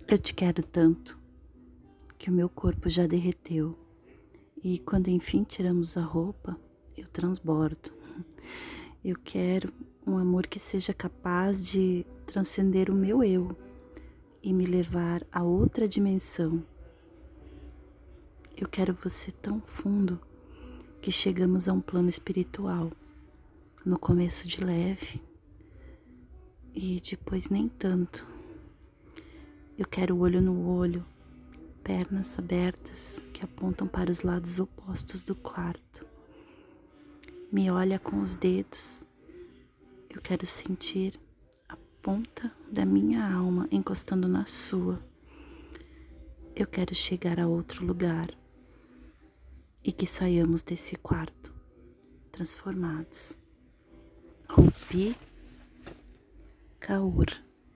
Eu te quero tanto que o meu corpo já derreteu. E quando enfim tiramos a roupa, eu transbordo. Eu quero um amor que seja capaz de transcender o meu eu e me levar a outra dimensão. Eu quero você tão fundo que chegamos a um plano espiritual. No começo de leve e depois nem tanto. Eu quero olho no olho, pernas abertas que apontam para os lados opostos do quarto. Me olha com os dedos. Eu quero sentir a ponta da minha alma encostando na sua. Eu quero chegar a outro lugar e que saiamos desse quarto transformados. Rupi Kaur.